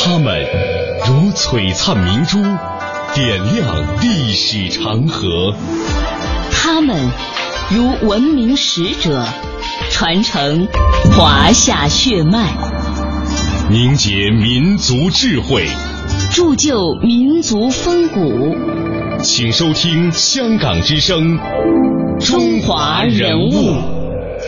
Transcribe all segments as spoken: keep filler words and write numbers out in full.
他们如璀璨明珠，点亮历史长河； 他们如文明使者，传承华夏血脉， 凝结民族智慧， 铸就民族风骨。 请收听香港之声中华人物。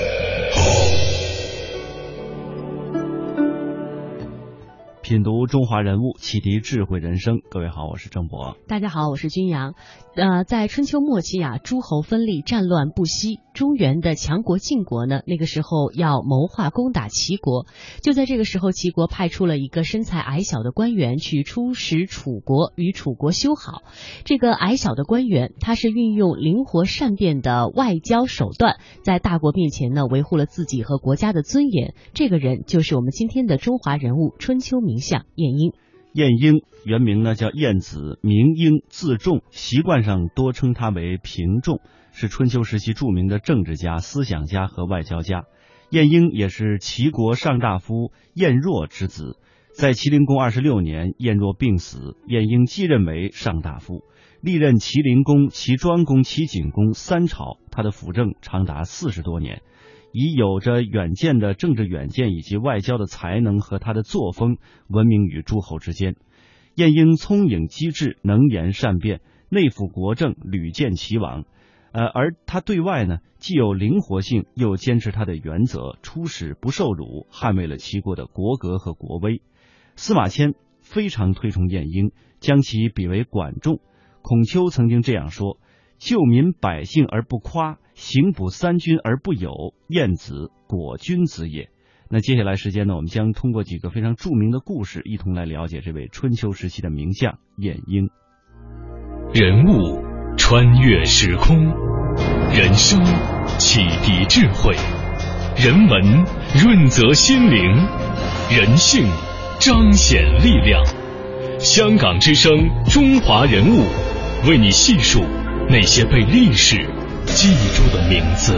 品读中华人物，启迪智慧人生。各位好，我是郑博。 大家好，我是君阳。呃，在春秋末期啊，诸侯分立，战乱不息。中原的强国晋国呢，那个时候要谋划攻打齐国。就在这个时候，齐国派出了一个身材矮小的官员去出使楚国，与楚国修好。这个矮小的官员，他是运用灵活善变的外交手段，在大国面前呢，维护了自己和国家的尊严。这个人就是我们今天的中华人物春秋名相晏婴。 晏婴原名呢叫晏子，名婴，字仲，习惯上多称他为平仲，是春秋时期著名的政治家、思想家和外交家。晏婴也是齐国上大夫晏若之子。在齐灵公二十六年，晏若病死，晏婴继任为上大夫，历任齐灵公、齐庄公、齐景公三朝，他的辅政长达四十多年。以有着远见的政治远见以及外交的才能和他的作风闻名于诸侯之间。晏婴聪颖机智，能言善辩，内辅国政，屡建齐王。呃，而他对外呢，既有灵活性，又坚持他的原则，出使不受辱，捍卫了齐国的国格和国威。司马迁非常推崇晏婴，将其比为管仲。孔丘曾经这样说：救民百姓而不夸，行补三军而不有，晏子果君子也。那接下来时间呢，我们将通过几个非常著名的故事，一同来了解这位春秋时期的名将晏婴。 人物穿越时空，人生启迪智慧，人文润泽心灵，人性彰显力量。香港之声中华人物，为你细数那些被历史记住的名字。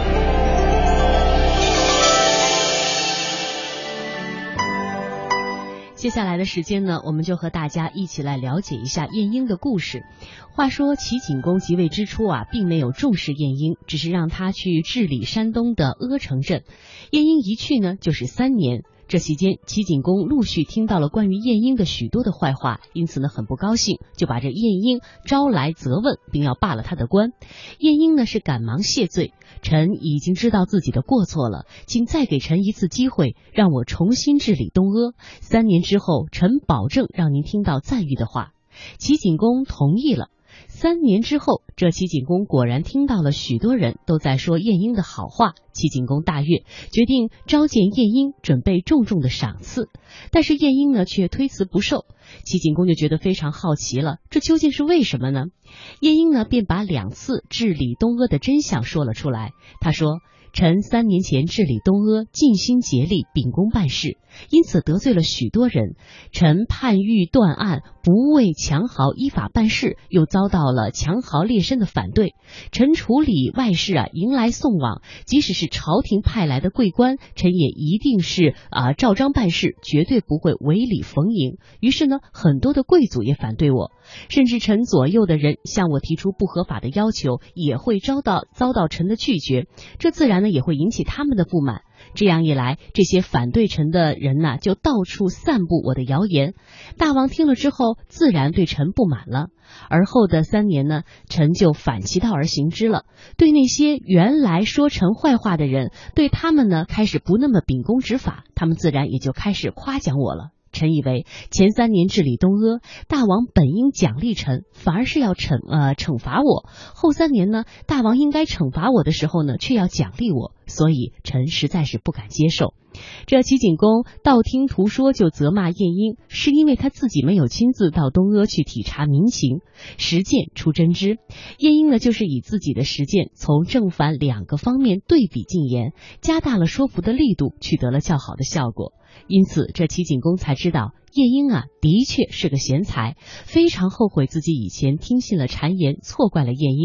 接下来的时间呢，我们就和大家一起来了解一下晏婴的故事。话说齐景公即位之初啊，并没有重视晏婴，只是让他去治理山东的阿城镇。晏婴一去呢，就是三年。这期间，齐景公陆续听到了关于晏婴的许多的坏话，因此呢很不高兴，就把这晏婴招来责问，并要罢了他的官。晏婴呢是赶忙谢罪，臣已经知道自己的过错了，请再给臣一次机会，让我重新治理东阿。三年之后，臣保证让您听到赞誉的话。齐景公同意了。三年之后，这齐景公果然听到了许多人都在说晏婴的好话。齐景公大悦，决定召见晏婴，准备重重的赏赐。但是晏婴呢却推辞不受。齐景公就觉得非常好奇了，这究竟是为什么呢？晏婴呢便把两次治理东阿的真相说了出来。他说：臣三年前治理东阿，尽心竭力，秉公办事，因此得罪了许多人。臣叛狱断案，不为强豪依法办事，又遭到了强豪劣绅的反对。臣处理外事啊，迎来送往，即使是朝廷派来的贵官，臣也一定是啊、呃、照章办事，绝对不会违礼逢迎。于是呢，很多的贵族也反对我，甚至臣左右的人向我提出不合法的要求，也会遭到遭到臣的拒绝。这自然呢也会引起他们的不满。这样一来，这些反对臣的人呢、啊、就到处散布我的谣言。大王听了之后，自然对臣不满了。而后的三年呢，臣就反其道而行之了。对那些原来说臣坏话的人，对他们呢开始不那么秉公执法，他们自然也就开始夸奖我了。臣以为前三年治理东阿，大王本应奖励臣，反而是要惩呃惩罚我。后三年呢，大王应该惩罚我的时候呢，却要奖励我，所以臣实在是不敢接受。这齐景公道听途说就责骂晏婴，是因为他自己没有亲自到东阿去体察民情，实践出真知。晏婴呢，就是以自己的实践从正反两个方面对比进言，加大了说服的力度，取得了较好的效果。因此这齐景公才知道晏婴啊的确是个贤才，非常后悔自己以前听信了谗言，错怪了晏婴。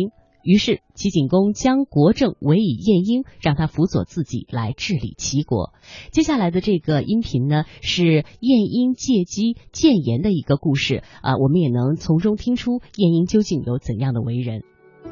于是齐景公将国政委以晏婴，让他辅佐自己来治理齐国。接下来的这个音频呢，是晏婴借机谏言的一个故事啊、呃，我们也能从中听出晏婴究竟有怎样的为人。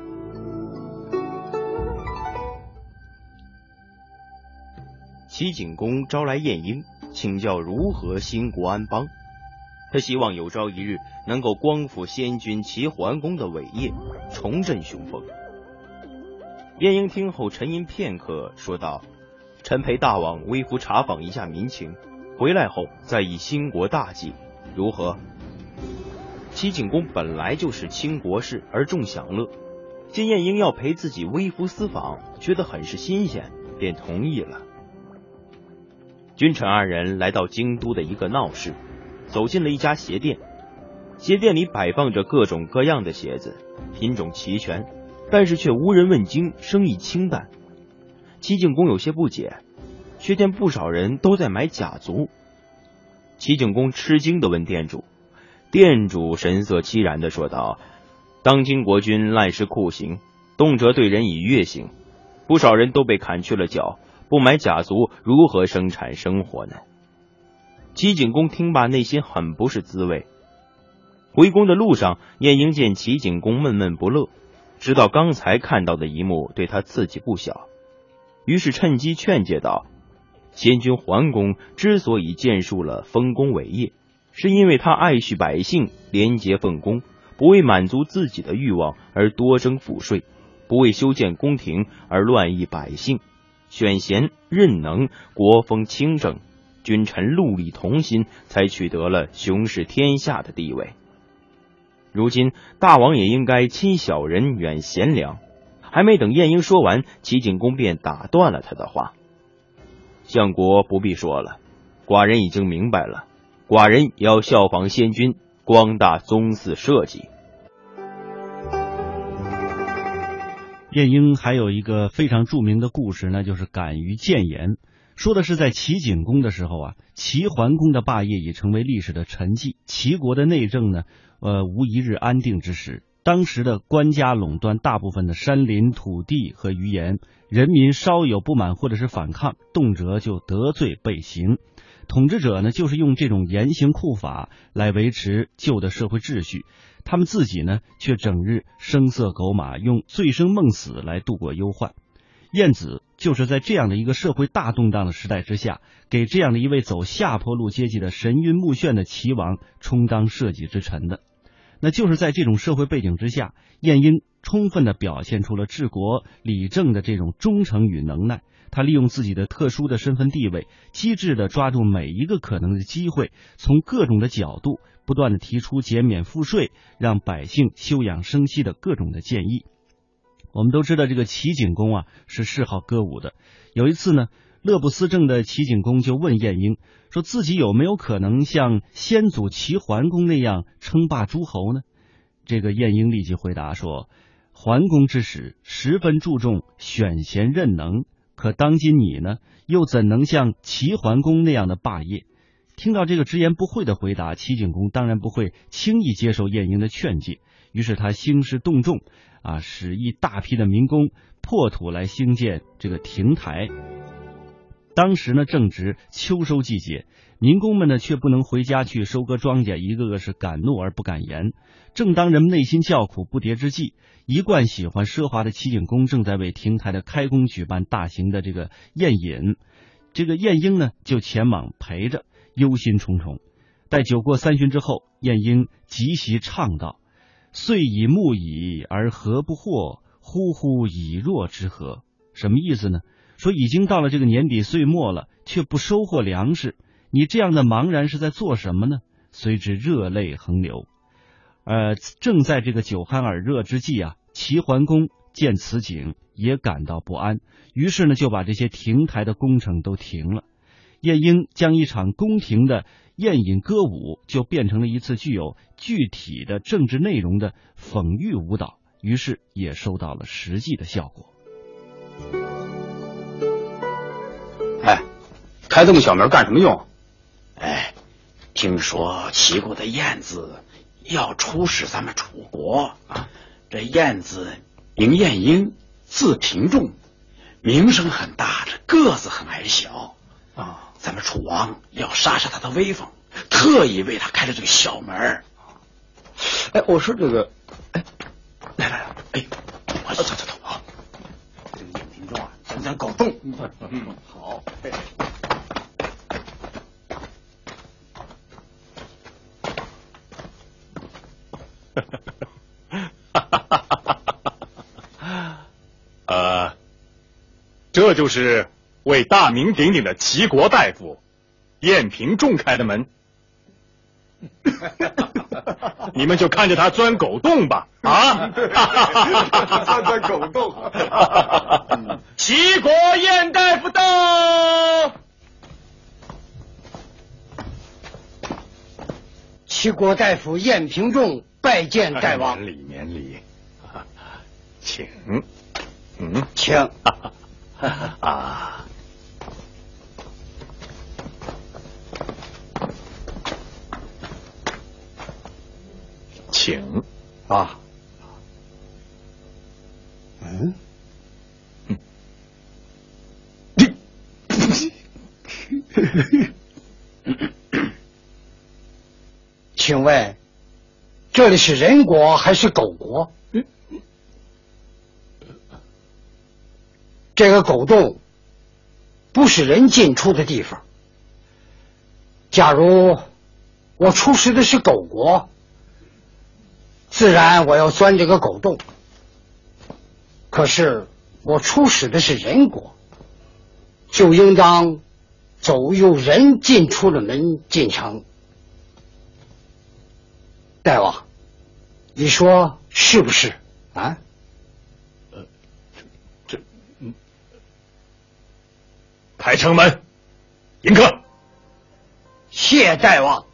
齐景公招来晏婴，请教如何兴国安邦。他希望有朝一日能够光复先君齐桓公的伟业，重振雄风。晏婴听后沉吟片刻，说道：臣陪大王微服查访一下民情，回来后再议兴国大计，如何？齐景公本来就是轻国事而重享乐，见晏婴要陪自己微服私访，觉得很是新鲜，便同意了。君臣二人来到京都的一个闹市，走进了一家鞋店。鞋店里摆放着各种各样的鞋子，品种齐全，但是却无人问津，生意清淡。齐景公有些不解，却见不少人都在买甲足。齐景公吃惊地问店主，店主神色凄然地说道：当今国君滥施酷刑，动辄对人以月刑，不少人都被砍去了脚，不买甲足如何生产生活呢？齐景公听罢内心很不是滋味。回宫的路上，晏婴见齐景公闷闷不乐，知道刚才看到的一幕对他刺激不小，于是趁机劝诫道：先君桓公之所以建树了丰功伟业，是因为他爱恤百姓，廉洁奉公，不为满足自己的欲望而多征赋税，不为修建宫廷而乱役百姓，选贤任能，国风清正，君臣戮力同心，才取得了雄视天下的地位。如今大王也应该亲小人，远贤良。还没等晏婴说完，齐景公便打断了他的话：相国不必说了，寡人已经明白了，寡人也要效仿先君，光大宗祠社稷。 晏婴还有一个非常著名的故事，那就是敢于谏言。说的是在齐景公的时候啊，齐桓公的霸业已成为历史的沉寂，齐国的内政呢，呃，无一日安定之时。当时的官家垄断大部分的山林、土地和余盐，人民稍有不满或者是反抗，动辄就得罪被刑。统治者呢，就是用这种严刑酷法来维持旧的社会秩序，他们自己呢，却整日声色狗马，用醉生梦死来度过忧患。晏子就是在这样的一个社会大动荡的时代之下，给这样的一位走下坡路阶级的神晕目眩的齐王充当社稷之臣的。那就是在这种社会背景之下，晏婴充分地表现出了治国理政的这种忠诚与能耐。他利用自己的特殊的身份地位，机智地抓住每一个可能的机会，从各种的角度不断地提出减免赋税，让百姓休养生息的各种的建议。我们都知道这个齐景公啊是嗜好歌舞的。有一次呢，乐不思政的齐景公就问晏婴，说自己有没有可能像先祖齐桓公那样称霸诸侯呢？这个晏婴立即回答说，桓公之时十分注重选贤任能，可当今你呢，又怎能像齐桓公那样的霸业？听到这个直言不讳的回答，齐景公当然不会轻易接受晏婴的劝诫，于是他兴师动众啊，使一大批的民工破土来兴建这个亭台。当时呢正值秋收季节，民工们呢却不能回家去收割庄稼，一个个是敢怒而不敢言。正当人们内心叫苦不迭之际，一贯喜欢奢华的齐景公正在为亭台的开工举办大型的这个宴饮。这个晏婴呢就前往陪着，忧心忡忡。待酒过三巡之后，晏婴即席唱道：岁已暮矣，而何不惑？呼呼以若之何？什么意思呢？说已经到了这个年底岁末了，却不收获粮食，你这样的茫然是在做什么呢？随之热泪横流。呃，正在这个酒酣耳热之际啊，齐桓公见此景也感到不安，于是呢就把这些亭台的工程都停了。晏婴将一场宫廷的宴饮歌舞就变成了一次具有具体的政治内容的讽喻舞蹈，于是也收到了实际的效果。 哎，开这么小门干什么用？ 哎，听说齐国的晏子要出使咱们楚国啊，这晏子名晏婴，字平仲，名声很大，这个子很矮小啊。咱们楚王要杀杀他的威风，特意为他开了这个小门。 哎，我说这个，哎， 来来来，哎，我走走走啊！这个晏平仲啊，讲讲狗洞。嗯，好。哎呃，这就是为大名鼎鼎的齐国大夫晏平仲开的门，你们就看着他钻狗洞吧！啊， 钻钻狗洞。 齐国晏大夫到。 齐国大夫晏平仲拜见大王。 免礼免礼，请，嗯， 请。 啊，请啊，嗯， 嗯， 请问这里是人国还是狗国？这个狗洞不是人进出的地方。假如我出使的是狗国，自然我要钻这个狗洞。可是我出使的是人国，就应当走由人进出的门进城。大王，你说是不是啊？ 呃，这这，嗯，开城门，迎客。 谢大王。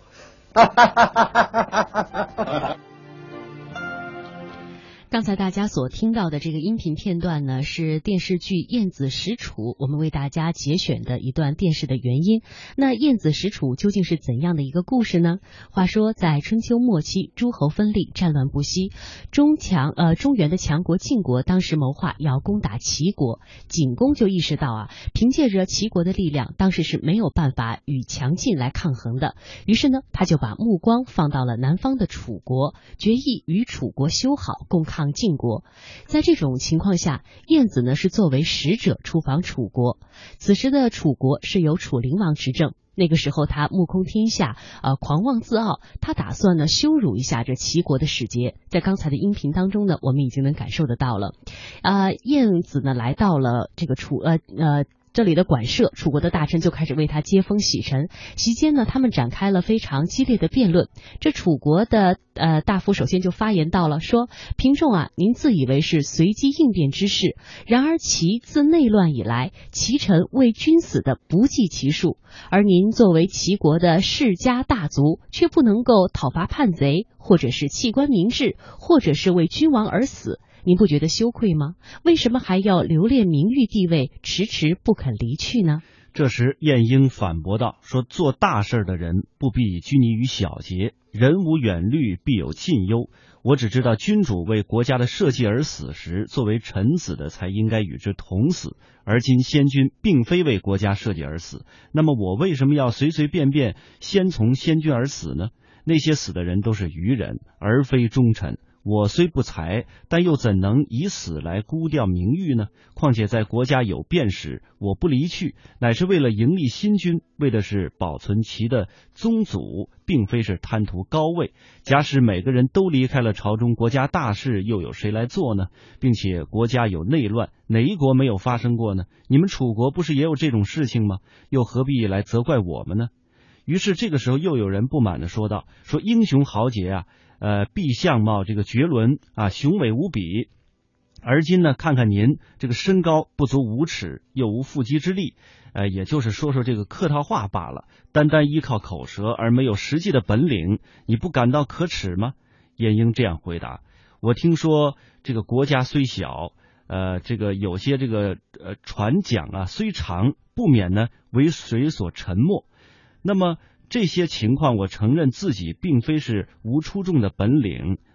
刚才大家所听到的这个音频片段呢，是电视剧《晏子使楚》我们为大家节选的一段电视的原因。那晏子使楚究竟是怎样的一个故事呢？话说在春秋末期，诸侯分立，战乱不息。中强呃中原的强国晋国当时谋划要攻打齐国，景公就意识到啊，凭借着齐国的力量，当时是没有办法与强晋来抗衡的。于是呢，他就把目光放到了南方的楚国，决意与楚国修好，共抗晋国。在这种情况下，晏子呢是作为使者出访楚国。此时的楚国是由楚灵王执政，那个时候他目空天下，呃，狂妄自傲，他打算呢羞辱一下这齐国的使节。在刚才的音频当中呢，我们已经能感受得到了。啊、呃，晏子呢来到了这个楚呃呃。这里的馆舍，楚国的大臣就开始为他接风洗尘。席间呢，他们展开了非常激烈的辩论。这楚国的呃大夫首先就发言到了，说：“平仲啊，您自以为是随机应变之士，然而齐自内乱以来，齐臣为君死的不计其数，而您作为齐国的世家大族，却不能够讨伐叛贼，或者是弃官明志，或者是为君王而死。”您不觉得羞愧吗？为什么还要留恋名誉地位，迟迟不肯离去呢？ 这时晏婴反驳道，说做大事的人不必拘泥于小节，人无远虑，必有近忧。我只知道君主为国家的社稷而死时，作为臣子的才应该与之同死，而今先君并非为国家社稷而死，那么我为什么要随随便便先从先君而死呢？那些死的人都是愚人，而非忠臣。我虽不才，但又怎能以死来估掉名誉呢？况且在国家有变时，我不离去，乃是为了迎立新君，为的是保存其的宗祖，并非是贪图高位。假使每个人都离开了朝中，国家大事又有谁来做呢？并且国家有内乱，哪一国没有发生过呢？你们楚国不是也有这种事情吗？又何必来责怪我们呢？于是这个时候又有人不满地说道，说英雄豪杰啊，呃，必相貌这个绝伦啊，雄伟无比。而今呢，看看您这个身高不足五尺，又无腹肌之力，呃，也就是说说这个客套话罢了。单单依靠口舌而没有实际的本领，你不感到可耻吗？晏婴这样回答：我听说这个国家虽小，呃，这个有些这个呃传讲啊虽长，不免呢为水所沉没。那么这些情况，我承认自己并非是无出众的本领，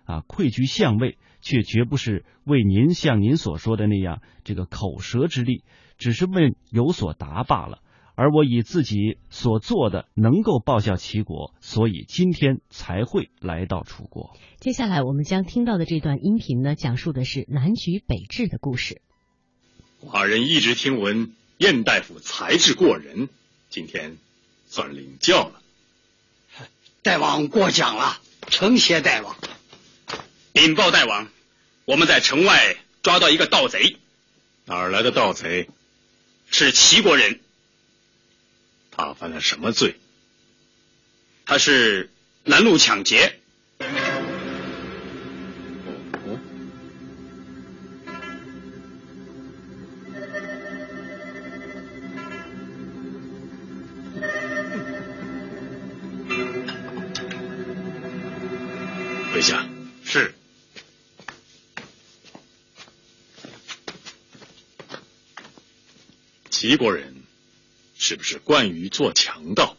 啊，愧居相位，却绝不是为您像您所说的那样这个口舌之力，只是为有所达罢了。而我以自己所做的能够报效齐国，所以今天才会来到楚国。 接下来我们将听到的这段音频呢，讲述的是南橘北治的故事。 寡人一直听闻燕大夫才智过人，今天算领教了。 大王过奖了，承谢大王。 禀报大王，我们在城外抓到一个盗贼。 哪儿来的盗贼？ 是齐国人。 他犯了什么罪？ 他是拦路抢劫。 哦，跪下。 是。 齐国人是不是惯于做强盗？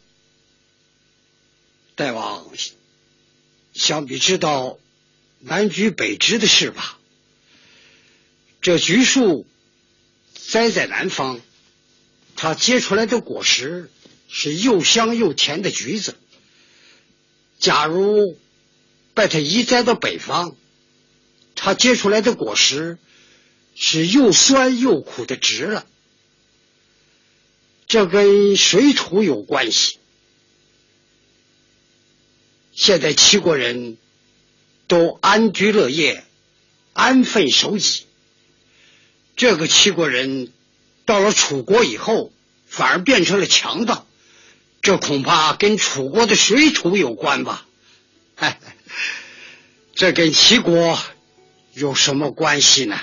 大王，想必知道南橘北治的事吧？这橘树栽在南方，它结出来的果实是又香又甜的橘子。假如把它移栽到北方，它结出来的果实是又酸又苦的直了。这跟水土有关系。现在齐国人都安居乐业，安分守己。这个齐国人到了楚国以后，反而变成了强盗，这恐怕跟楚国的水土有关吧？哎，这跟齐国有什么关系呢？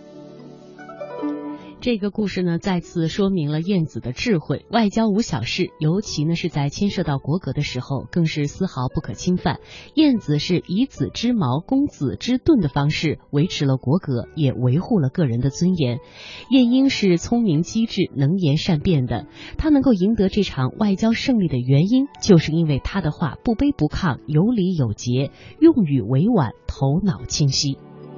这个故事呢，再次说明了晏子的智慧。外交无小事，尤其呢是在牵涉到国格的时候，更是丝毫不可侵犯。晏子是以子之矛攻子之盾的方式维持了国格，也维护了个人的尊严。晏婴是聪明机智、能言善辩的，他能够赢得这场外交胜利的原因，就是因为他的话不卑不亢，有礼有节，用语委婉，头脑清晰。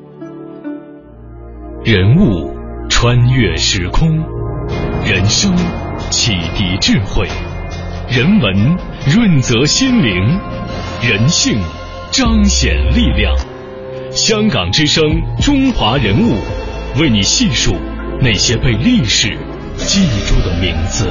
人物穿越时空，人生启迪智慧，人文润泽心灵，人性彰显力量。香港之声中华人物，为你细数那些被历史记住的名字。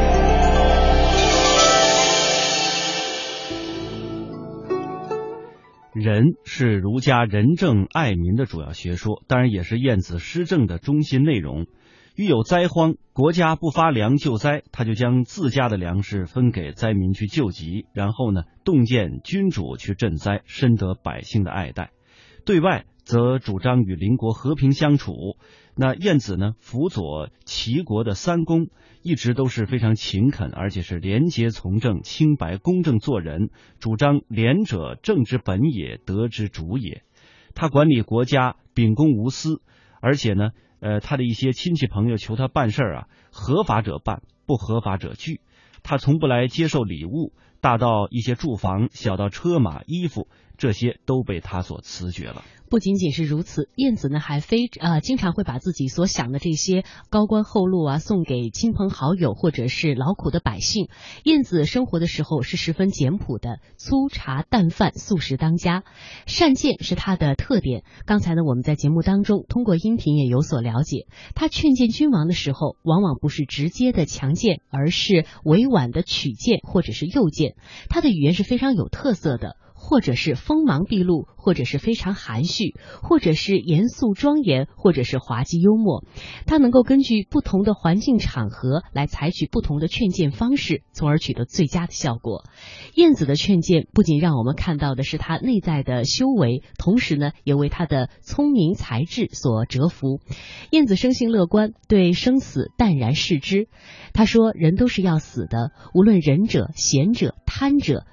仁是儒家仁政爱民的主要学说，当然也是晏子施政的中心内容。遇有灾荒，国家不发粮救灾，他就将自家的粮食分给灾民去救急，然后呢，洞见君主去赈灾，深得百姓的爱戴。对外则主张与邻国和平相处。那晏子呢，辅佐齐国的三公，一直都是非常勤恳，而且是廉洁从政、清白公正做人，主张廉者政之本也，德之主也。他管理国家秉公无私，而且呢，呃，他的一些亲戚朋友求他办事啊，合法者办，不合法者拒。他从不来接受礼物，大到一些住房，小到车马衣服，这些都被他所辞绝了。 不仅仅是如此，晏子呢还非呃经常会把自己所享的这些高官厚禄啊送给亲朋好友或者是劳苦的百姓。晏子生活的时候是十分简朴的，粗茶淡饭，素食当家，善谏是他的特点。刚才呢我们在节目当中通过音频也有所了解，他劝谏君王的时候，往往不是直接的强谏，而是委婉的曲谏或者是诱谏。他的语言是非常有特色的，或者是锋芒毕露，或者是非常含蓄，或者是严肃庄严，或者是滑稽幽默。他能够根据不同的环境场合来采取不同的劝谏方式，从而取得最佳的效果。晏子的劝谏不仅让我们看到的是他内在的修为，同时呢也为他的聪明才智所折服。晏子生性乐观，对生死淡然视之。他说人都是要死的，无论仁者、贤者、贪者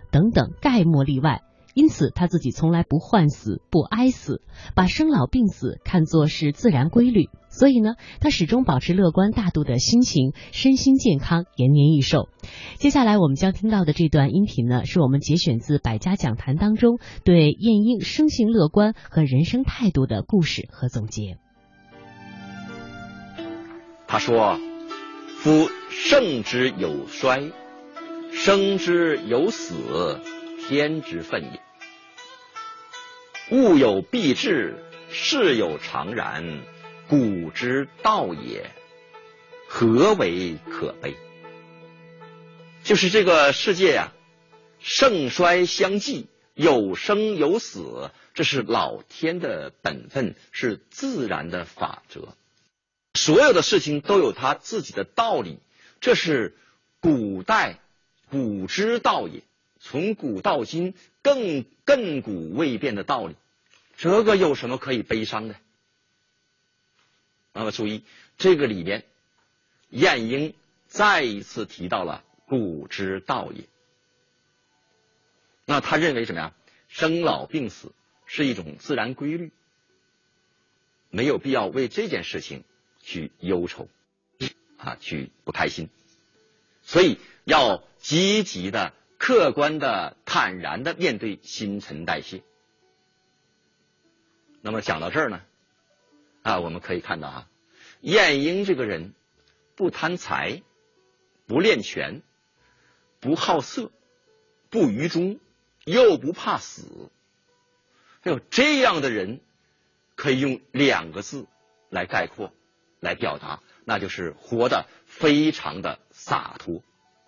等等概莫例外。因此他自己从来不患死不哀死，把生老病死看作是自然规律，所以呢他始终保持乐观大度的心情，身心健康，延年益寿。接下来我们将听到的这段音频呢，是我们节选自百家讲坛当中对晏婴生性乐观和人生态度的故事和总结。 他说，夫盛之有衰，生之有死，天之分也。物有必至，事有常然，古之道也，何为可悲？就是这个世界呀、啊，盛衰相继，有生有死，这是老天的本分，是自然的法则。所有的事情都有它自己的道理，这是古代古之道也，从古到今更亘古未变的道理，这个有什么可以悲伤的？那么注意，这个里面晏婴再一次提到了古之道也。那他认为什么呀？生老病死是一种自然规律，没有必要为这件事情去忧愁啊，去不开心，所以要积极的、客观的、坦然的面对新陈代谢。那么讲到这儿呢，啊，我们可以看到啊，晏婴这个人不贪财，不恋权，不好色，不愚忠，又不怕死。还有这样的人，可以用两个字来概括，来表达，那就是活得非常的洒脱。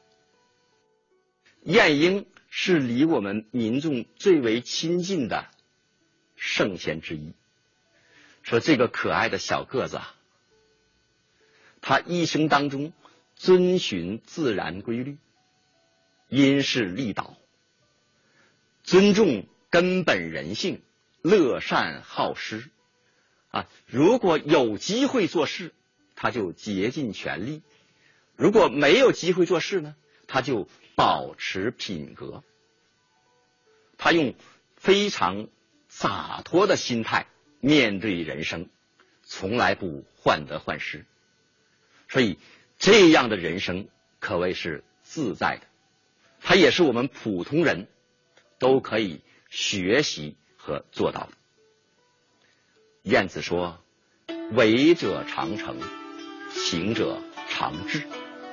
晏婴是离我们民众最为亲近的圣贤之一。说这个可爱的小个子啊，他一生当中遵循自然规律，因势利导，尊重根本人性，乐善好施啊。如果有机会做事，他就竭尽全力；如果没有机会做事呢，他就保持品格。他用非常洒脱的心态面对人生，从来不患得患失。所以这样的人生可谓是自在的，它也是我们普通人都可以学习和做到的。晏子说，为者常成，行者常至。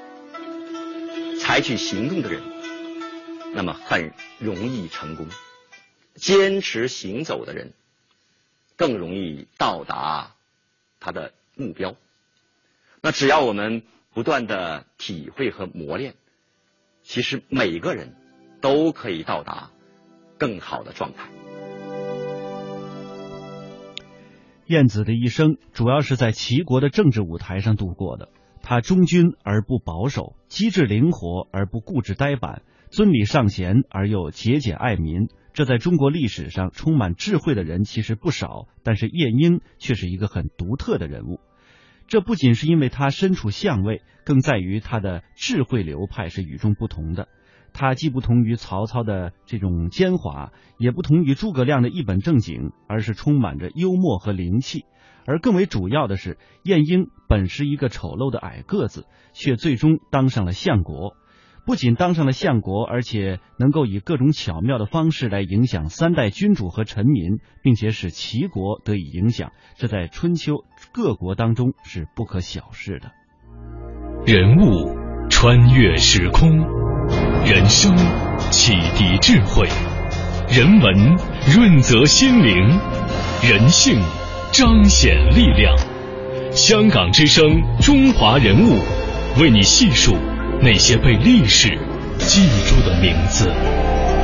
采取行动的人，那么很容易成功；坚持行走的人，更容易到达他的目标。那只要我们不断的体会和磨练，其实每个人都可以到达更好的状态。 晏子的一生主要是在齐国的政治舞台上度过的。他忠君而不保守，机智灵活而不固执呆板，尊礼尚贤而又节俭爱民。这在中国历史上充满智慧的人其实不少，但是晏婴却是一个很独特的人物。这不仅是因为他身处相位，更在于他的智慧流派是与众不同的。他既不同于曹操的这种奸猾，也不同于诸葛亮的一本正经，而是充满着幽默和灵气。而更为主要的是，晏婴本是一个丑陋的矮个子，却最终当上了相国。不仅当上了相国，而且能够以各种巧妙的方式来影响三代君主和臣民，并且使齐国得以影响，这在春秋各国当中是不可小视的。 人物穿越时空，人生启迪智慧，人文润泽心灵，人性彰显力量。香港之声中华人物，为你细数那些被历史记住的名字。